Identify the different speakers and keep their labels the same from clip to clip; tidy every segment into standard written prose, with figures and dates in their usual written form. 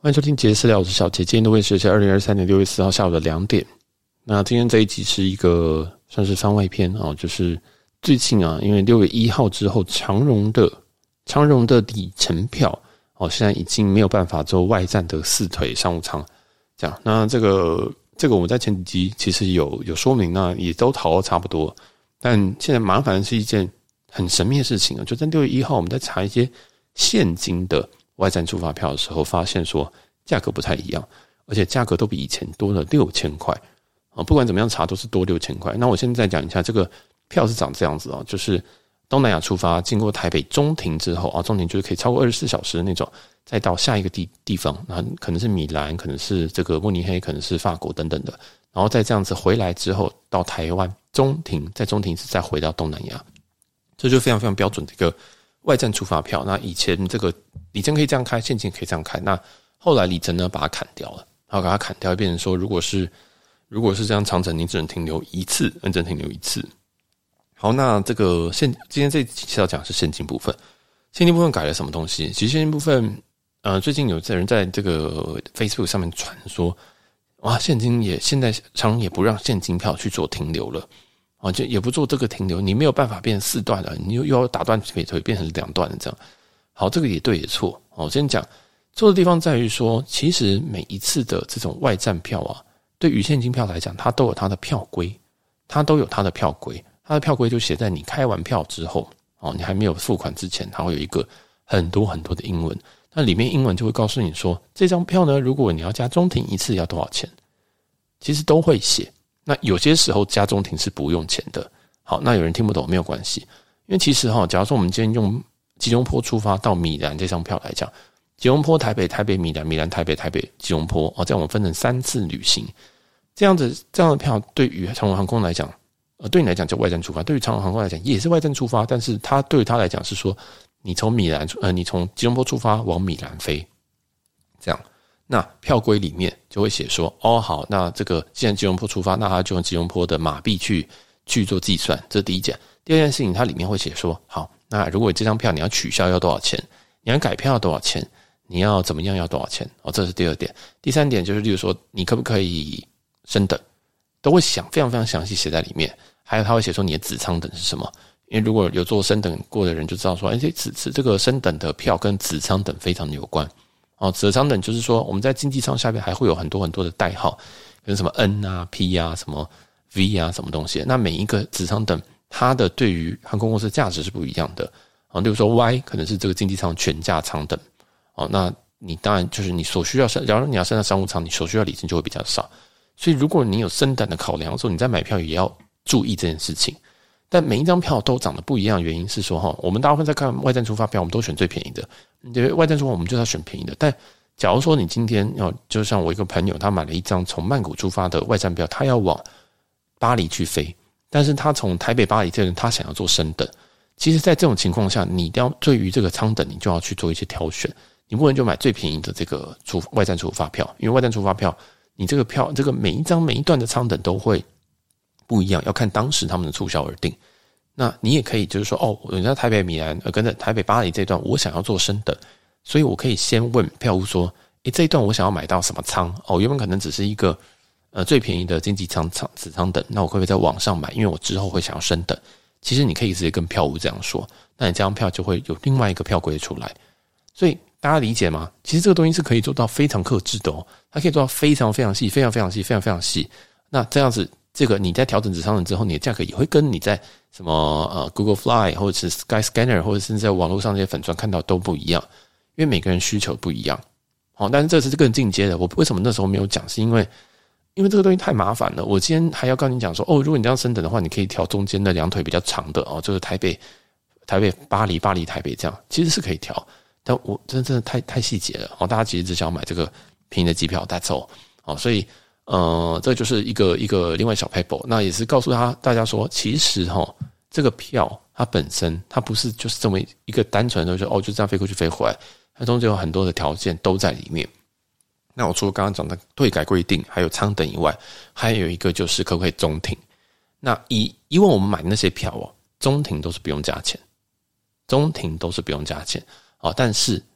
Speaker 1: 欢迎收听杰私聊，我是小杰。今天的位置是2023年6月4号下午的2点。那今天这一集是一个算是番外篇哦，就是最近因为6月1号之后，长荣的里程票现在已经没有办法做外站的四腿商务舱这样。那这个我们在前几集其实有说明，那也都讨论差不多。但现在麻烦的是一件很神秘的事情就在6月1号，我们在查一些现金的外站出发票的时候，发现说价格不太一样，而且价格都比以前多了6000块不管怎么样查都是多6000块。那我现在讲一下这个票是长这样子就是东南亚出发，经过台北中停之后中停就是可以超过24小时的那种，再到下一个地方，那可能是米兰，可能是这个慕尼黑，可能是法国等等的，然后再这样子回来之后到台湾中停，在中停再回到东南亚，这就非常非常标准的一个外站出发票。那以前这个里程可以这样开，现金可以这样开，那后来里程呢把它砍掉了，然后把它砍掉，变成说如果是这样长程，你只能停留一次，只能停留一次。好，那这个今天这一期要讲的是现金部分。现金部分改了什么东西？其实现金部分最近有人在这个 Facebook 上面传说，哇，现在长荣也不让现金票去做停留了就也不做这个停留，你没有办法变成4段了，你又要打断腿变成2段了这样。好，这个也对也错我先讲错的地方在于说，其实每一次的这种外站票对于现金票来讲，它都有它的票规，它的票规就写在你开完票之后你还没有付款之前，它会有一个很多很多的英文，那里面英文就会告诉你说，这张票呢，如果你要加中停一次要多少钱，其实都会写。那有些时候加中停是不用钱的。好，那有人听不懂没有关系，因为其实假如说我们今天用吉隆坡出发到米兰这张票来讲，吉隆坡台北，台北米兰，米兰台北，台北吉隆坡这样我们分成3次旅行，这样的票对于长荣航空来讲对你来讲叫外站出发，对于长荣航空来讲也是外站出发，但是它对于它来讲是说，你从吉隆坡出发往米兰飞，这样，那票规里面就会写说，好，那这个既然吉隆坡出发，那它就用吉隆坡的马币去做计算，这是第一件。第二件事情，它里面会写说，好，那如果这张票你要取消要多少钱，你要改票要多少钱，你要怎么样要多少钱这是第二点。第三点就是，例如说你可不可以升等，都会非常非常详细写在里面。还有他会写说你的子舱等是什么，因为如果有做升等过的人就知道说，这个升等的票跟子舱等非常的有关子舱等就是说我们在经济舱下面还会有很多很多的代号，可能什么 N P 什么 V 什么东西，那每一个子舱等它的对于航空公司的价值是不一样的例如说 Y 可能是这个经济舱全价舱等那你当然就是你所需要假如你要升到商务舱，你所需要里程就会比较少，所以如果你有升等的考量的时候，你在买票也要注意这件事情。但每一张票都长得不一样的原因是说我们大部分在看外站出发票，我们都选最便宜的，因为外站出发我们就要选便宜的。但假如说你今天就像我一个朋友，他买了一张从曼谷出发的外站票，他要往巴黎去飞，但是他从台北巴黎这边他想要做升等，其实在这种情况下，你一定要对于这个舱等你就要去做一些挑选，你不能就买最便宜的这个外站出发票，因为外站出发票你这个票这个每一张每一段的舱等都会不一样，要看当时他们的促销而定。那你也可以就是说人家台北米兰跟着台北巴黎这一段我想要做升等，所以我可以先问票务说这一段我想要买到什么舱原本可能只是一个最便宜的经济舱子舱等，那我会不会在网上买，因为我之后会想要升等。其实你可以直接跟票务这样说，那你这张票就会有另外一个票规出来。所以大家理解吗？其实这个东西是可以做到非常克制的它可以做到非常非常细，非常非常细，非常非常细。那这样子这个你在调整子舱等之后，你的价格也会跟你在什么Google Fly 或者是 Skyscanner 或者是在网络上这些粉专看到都不一样，因为每个人需求不一样但是这是更进阶的。我为什么那时候没有讲，是因为这个东西太麻烦了。我今天还要跟你讲说如果你这样升等的话，你可以调中间的2腿比较长的就是台北巴黎台北这样，其实是可以调，但我真的太细节了大家其实只想买这个便宜的机票 that's all所以这就是一个另外小 paper， 那也是告诉大家说，其实这个票它本身它不是就是这么一个单纯的就这样飞过去飞回来，它中间有很多的条件都在里面。那我除了刚刚讲的退改规定还有舱等以外，还有一个就是可不可以中停。那以往我们买的那些票中停都是不用加钱，但是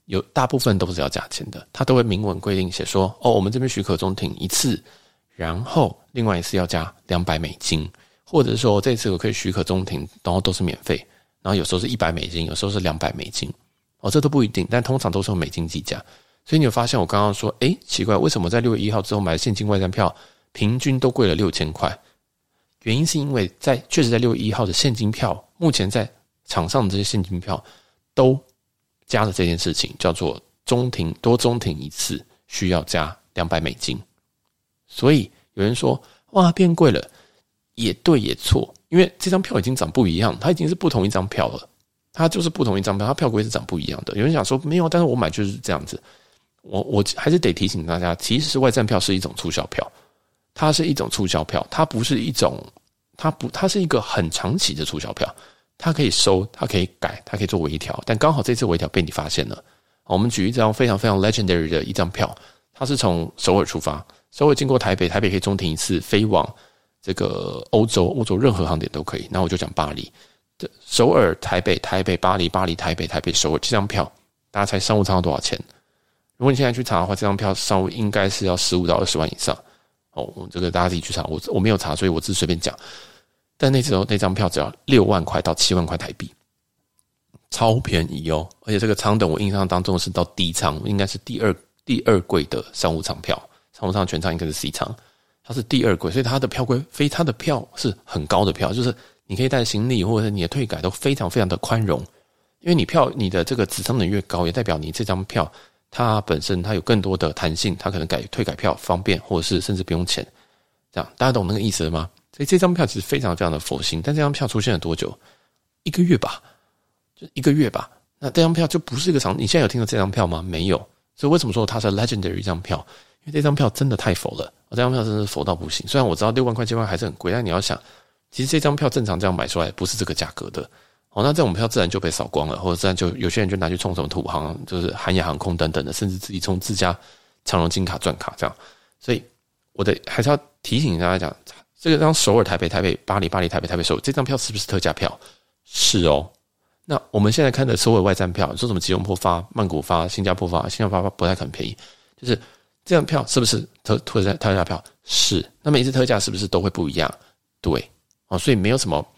Speaker 1: 有大部分都是要加钱的，它都会明文规定写说，我们这边许可中停一次，然后另外一次要加$200，或者说这次我可以许可中停，然后都是免费，然后有时候是$100，有时候是$200，这都不一定，但通常都是用美金计价。所以你有发现我刚刚说，奇怪，为什么在6月1号之后买的现金外站票平均都贵了6000块？原因是因为确实在6月1号的现金票，目前在场上的这些现金票都加了这件事情，叫做多中停一次需要加$200。所以有人说，哇，变贵了，也对也错，因为这张票已经长不一样，它已经是不同一张票了，它就是不同一张票，它票规是长不一样的。有人想说没有，但是我买就是这样子。我还是得提醒大家，其实外站票是一种促销票，它是一种促销票，它不是一种，它是一个很长期的促销票，它可以收，它可以改，它可以做微调，但刚好这次微调被你发现了。我们举一张非常非常 legendary 的一张票，它是从首尔出发，首尔经过台北，台北可以中停一次，飞往这个欧洲任何航点都可以。那我就讲巴黎，首尔台北，台北巴黎，巴黎台北，台北首尔，这张票大家猜商务舱要多少钱？如果你现在去查的话，这张票商务应该是要15到20万以上。这个大家自己去查，我没有查，所以我只是随便讲。但那张票只要6万块到7万块台币，超便宜哦！而且这个舱等我印象当中是到D舱，应该是第二贵的商务舱票，商务舱全舱应该是 C 舱，它是第二贵，所以它的票规它的票是很高的票，就是你可以带行李或者是你的退改都非常非常的宽容，因为你的这个子舱等越高，也代表你这张票它本身它有更多的弹性，它可能退改票方便，或者是甚至不用钱，这样大家懂那个意思了吗？所以这张票其实非常非常的佛心，但这张票出现了多久？1个月吧，就1个月吧。那这张票就不是一个你现在有听到这张票吗？没有。所以为什么说它是 legendary 一张票？因为这张票真的太佛了，这张票真的是佛到不行。虽然我知道6万块7万还是很贵，但你要想，其实这张票正常这样买出来不是这个价格的。那这种票自然就被扫光了，或者自然就有些人就拿去冲什么土航，就是韩亚航空等等的，甚至自己从自家长荣金卡赚卡这样。所以我还是要提醒大家讲，这张首尔台北台北巴黎巴黎台北台北首尔这张票是不是特价票？是哦。那我们现在看的首尔外站票，说什么吉隆坡发、曼谷发、新加坡发不太很便宜，就是这张票是不是特价票？是。那每一次特价是不是都会不一样？对。所以没有，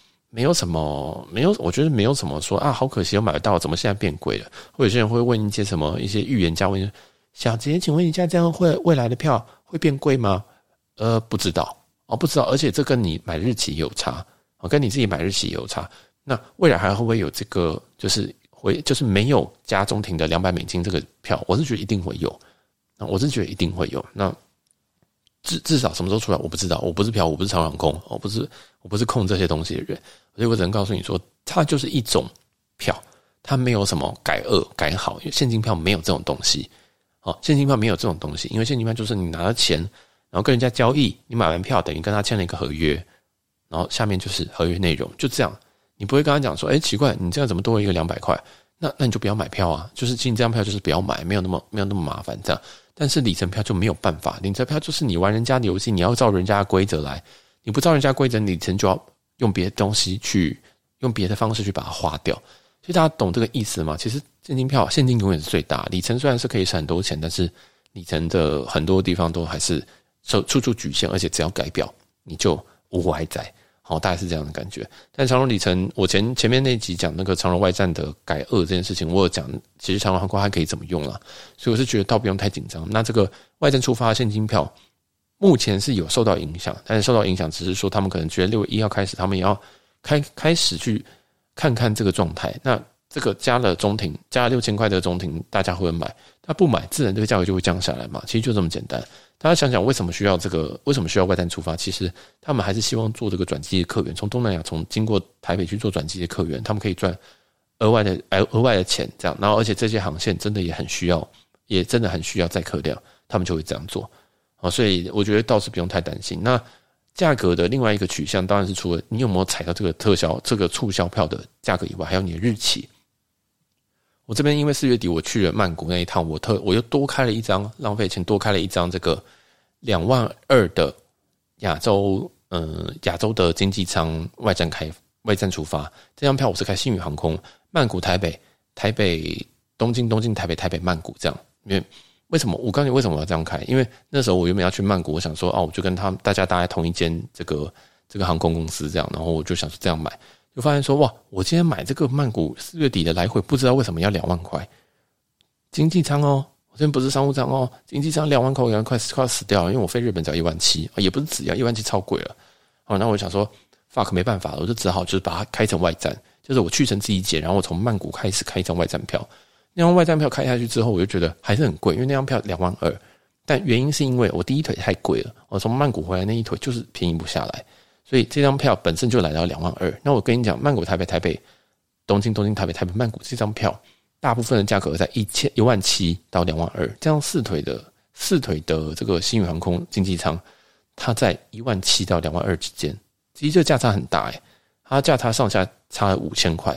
Speaker 1: 我觉得没有什么说啊，好可惜我买得到，怎么现在变贵了？或者有些人会问一些预言家问，小杰，请问一下，这样未来的票会变贵吗？不知道，不知道，而且这跟你买日期有差，跟你自己买日期有差。那未来还会不会有这个，就是没有加中停的$200这个票？我是觉得一定会有，那至少什么时候出来我不知道，我不是我不是长航空，我不是控这些东西的人，所以我只能告诉你说，它就是一种票，它没有什么改恶改好，因为现金票没有这种东西。现金票没有这种东西，因为现金票就是你拿了钱，然后跟人家交易，你买完票等于跟他签了一个合约，然后下面就是合约内容，就这样。你不会跟他讲说，奇怪，你这样怎么多了一个200块？那你就不要买票啊，就是其实这张票就是不要买，没有那么麻烦这样。但是里程票就没有办法，里程票就是你玩人家的游戏，你要照人家的规则来，你不照人家规则，里程就要用别的东西去，用别的方式去把它花掉。所以大家懂这个意思吗？其实现金永远是最大，里程虽然是可以省很多钱，但是里程的很多地方都还是处处局限，而且只要改表你就无外在。大概是这样的感觉。但长荣里程，我前面那集讲那个长荣外站的改恶这件事情，我有讲，其实长荣航空还可以怎么用啦，所以我是觉得倒不用太紧张。那这个外站出发的现金票，目前是有受到影响，但是受到影响只是说他们可能觉得6月1号开始，他们也要开始去看看这个状态。那这个加了中停，加了6000块的中停，大家会不会买？他不买，自然这个价格就会降下来嘛。其实就这么简单。大家想想为什么需要外站出发？其实他们还是希望做这个转机的客源，从东南亚经过台北去做转机的客源，他们可以赚额外的钱，这样。然后而且这些航线真的也真的很需要载客量，他们就会这样做。所以我觉得倒是不用太担心。那价格的另外一个取向，当然是除了你有没有踩到这个这个促销票的价格以外，还有你的日期。我这边因为4月底我去了曼谷那一趟，我又多开了一张，浪费钱多开了一张这个22000的亚洲的经济舱外站出发。这张票我是开星宇航空曼谷台北东京、台北、曼谷这样。因为为什么我告诉你为什么我要这样开？因为那时候我原本要去曼谷，我想说我就跟大家搭在同一间这个航空公司这样，然后我就想说这样买，就发现说哇，我今天买这个曼谷4月底的来回，不知道为什么要2万块，经济舱哦。我这边不是商务舱哦，经济舱2万块，我快要死掉了，因为我飞日本只要17000，也不是只要17000，超贵了。那我想说 fuck 没办法了，我就只好就是把它开成外站，就是我去程自己解，然后我从曼谷开始开一张外站票。那张外站票开下去之后，我就觉得还是很贵，因为那张票22000，但原因是因为我第一腿太贵了，我从曼谷回来那一腿就是便宜不下来，所以这张票本身就来到22000。那我跟你讲，曼谷、台北、东京、台北、曼谷这张票，大部分的价格在17000到22000，这样四腿的这个星宇航空经济舱，它在17000到22000之间，其实这个价差很大它价差上下差了5000块，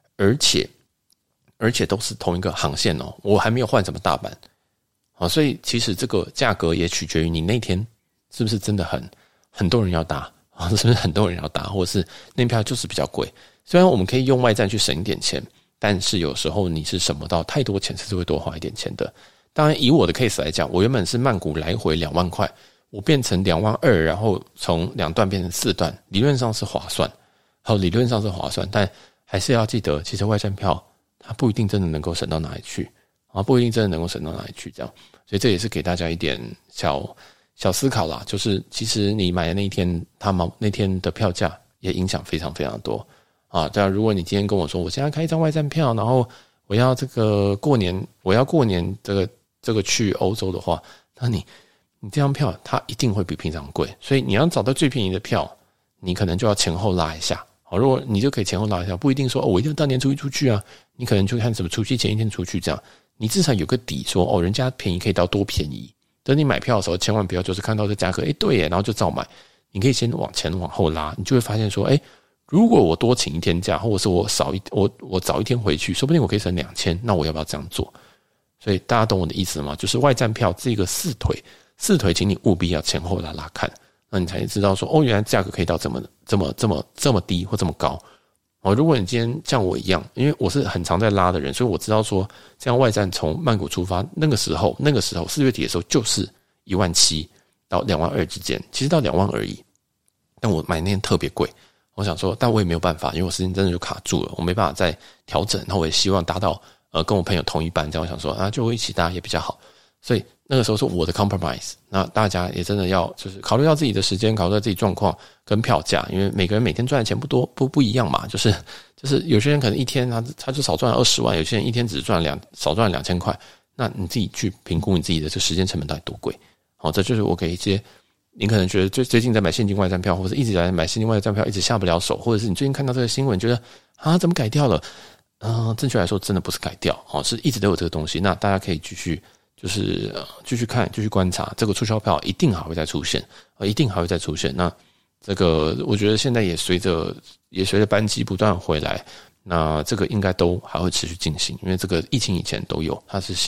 Speaker 1: 而且都是同一个航线我还没有换什么大阪所以其实这个价格也取决于你那天是不是真的很多人要搭是不是很多人要搭，或者是那票就是比较贵。虽然我们可以用外站去省一点钱，但是有时候你是省不到太多钱，甚至会多花一点钱的。当然以我的 case 来讲，我原本是曼谷来回2万块，我变成22000，然后从2段变成4段，理论上是划算，但还是要记得，其实外站票它不一定真的能够省到哪里去这样。所以这也是给大家一点小思考啦，就是其实你买的那一天，那天的票价也影响非常非常多对啊，如果你今天跟我说我现在开一张外站票，然后我要这个过年这个去欧洲的话，那你这张票它一定会比平常贵，所以你要找到最便宜的票，你可能就要前后拉一下。如果你就可以前后拉一下，不一定说我一定要大年初一出去啊，你可能就看什么除夕前一天出去这样，你至少有个底说人家便宜可以到多便宜。等你买票的时候，千万不要就是看到这价格对耶，然后就照买。你可以先往前往后拉，你就会发现说如果我多请一天假，或者是我早一天回去，说不定我可以省2000，那我要不要这样做？所以大家懂我的意思吗？就是外站票这个四腿请你务必要前后拉看，那你才知道说原来价格可以到这么低或这么高如果你今天像我一样，因为我是很常在拉的人，所以我知道说这样外站从曼谷出发，那个时候4月底的时候就是17000到22000之间，其实到2万而已。但我买那天特别贵，我想说，但我也没有办法，因为我时间真的就卡住了，我没办法再调整。然后我也希望搭到跟我朋友同一班，这样我想说就一起搭也比较好。所以那个时候是我的 compromise。那大家也真的要就是考虑到自己的时间，考虑到自己状况跟票价，因为每个人每天赚的钱不一样嘛。就是有些人可能一天他就少赚了20万，有些人一天只赚少赚了2000块。那你自己去评估你自己的这时间成本到底多贵。这就是我给一些你可能觉得最近在买现金外站票，或者一直在买现金外站票一直下不了手，或者是你最近看到这个新闻觉得怎么改掉了？正确来说真的不是改掉是一直都有这个东西。那大家可以继续看，继续观察，这个促销票一定还会再出现，那这个我觉得现在也随着班机不断回来，那这个应该都还会持续进行，因为这个疫情以前都有，它是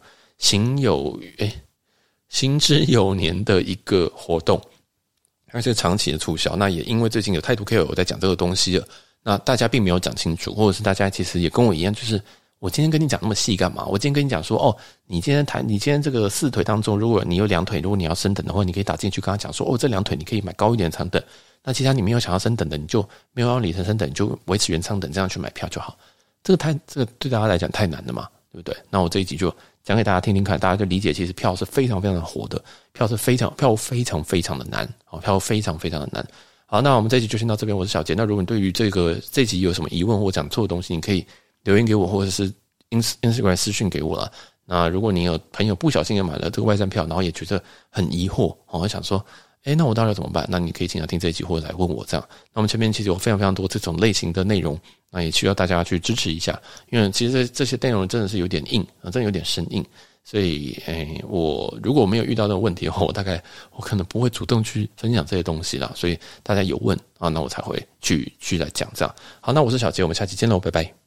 Speaker 1: 行之有年的一个活动，它是长期的促销。那也因为最近有太多 KOL 在讲这个东西了，那大家并没有讲清楚，或者是大家其实也跟我一样，就是我今天跟你讲那么细干嘛？我今天跟你讲说你今天这个4腿当中，如果你有2腿，如果你要升等的话，你可以打进去跟他讲说这2腿你可以买高一点的舱等，那其他你没有想要升等的，你就没有要里程升等，你就维持原舱等，这样去买票就好。这个对大家来讲太难了嘛，对不对？那我这一集就讲给大家听听看，大家就理解其实票是非常非常的火的，票非常非常的难，票非常非常的难。好，那我们这一集就先到这边，我是小杰。那如果你对于这集有什么疑问或讲错的东西，你可以留言给我，或者是 Instagram 私讯给我啦。那如果你有朋友不小心也买了这个外站票，然后也觉得很疑惑，我想说那我到底要怎么办？那你可以经常听这一集或者来问我这样。那我们前面其实有非常非常多这种类型的内容，那也需要大家去支持一下，因为其实这些内容真的是有点硬，真的有点生硬。所以我如果没有遇到这种问题的话，我可能不会主动去分享这些东西啦。所以大家有问那我才会去来讲这样。好，那我是小杰，我们下期见喽，拜拜。